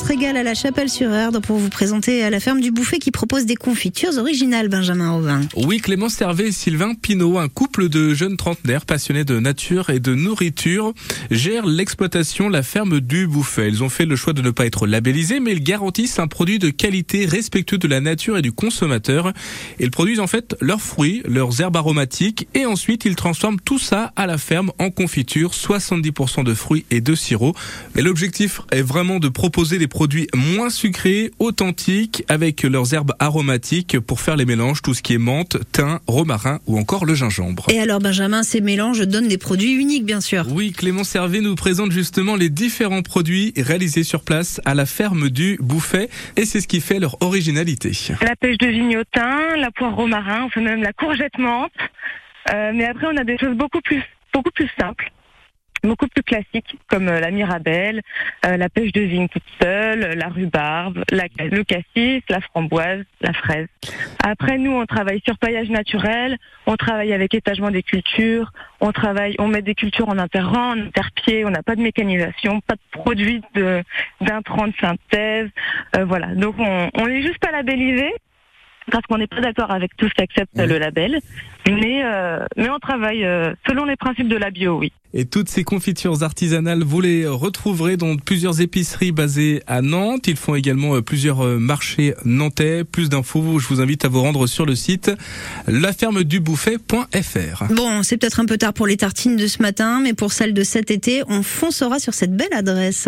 régale à la Chapelle-sur-Erdre pour vous présenter à la ferme du Bouffet qui propose des confitures originales, Benjamin Robin. Oui, Clémence Hervé et Sylvain Pinault, un couple de jeunes trentenaires passionnés de nature et de nourriture, gèrent l'exploitation la ferme du Bouffet. Ils ont fait le choix de ne pas être labellisés, mais ils garantissent un produit de qualité respectueux de la nature et du consommateur. Ils produisent en fait leurs fruits, leurs herbes aromatiques et ensuite ils transforment tout ça à la ferme en confiture, 70% de fruits et de sirop. Et l'objectif est vraiment de proposer des produits moins sucrés, authentiques, avec leurs herbes aromatiques pour faire les mélanges, tout ce qui est menthe, thym, romarin ou encore le gingembre. Et alors Benjamin, ces mélanges donnent des produits uniques bien sûr. Oui, Clémence Hervé nous présente justement les différents produits réalisés sur place à la ferme du Bouffet et c'est ce qui fait leur originalité. La pêche de vigne au thym, la poire romarin, on fait même la courgette menthe. Mais après on a des choses beaucoup plus simples, beaucoup plus classiques comme la mirabelle, la pêche de vigne toute seule, la rhubarbe, le cassis, la framboise, la fraise. Après nous on travaille sur paillage naturel, on travaille avec étagement des cultures, on met des cultures en interrang, en interpied, on n'a pas de mécanisation, pas de produits d'intrants de synthèse, voilà. Donc on n'est juste pas labellisé parce qu'on n'est pas d'accord avec tout ce qui accepte le label, mais on travaille selon les principes de la bio, oui. Et toutes ces confitures artisanales, vous les retrouverez dans plusieurs épiceries basées à Nantes. Ils font également plusieurs marchés nantais. Plus d'infos, je vous invite à vous rendre sur le site lafermedubouffet.fr. Bon, c'est peut-être un peu tard pour les tartines de ce matin, mais pour celles de cet été, on foncera sur cette belle adresse.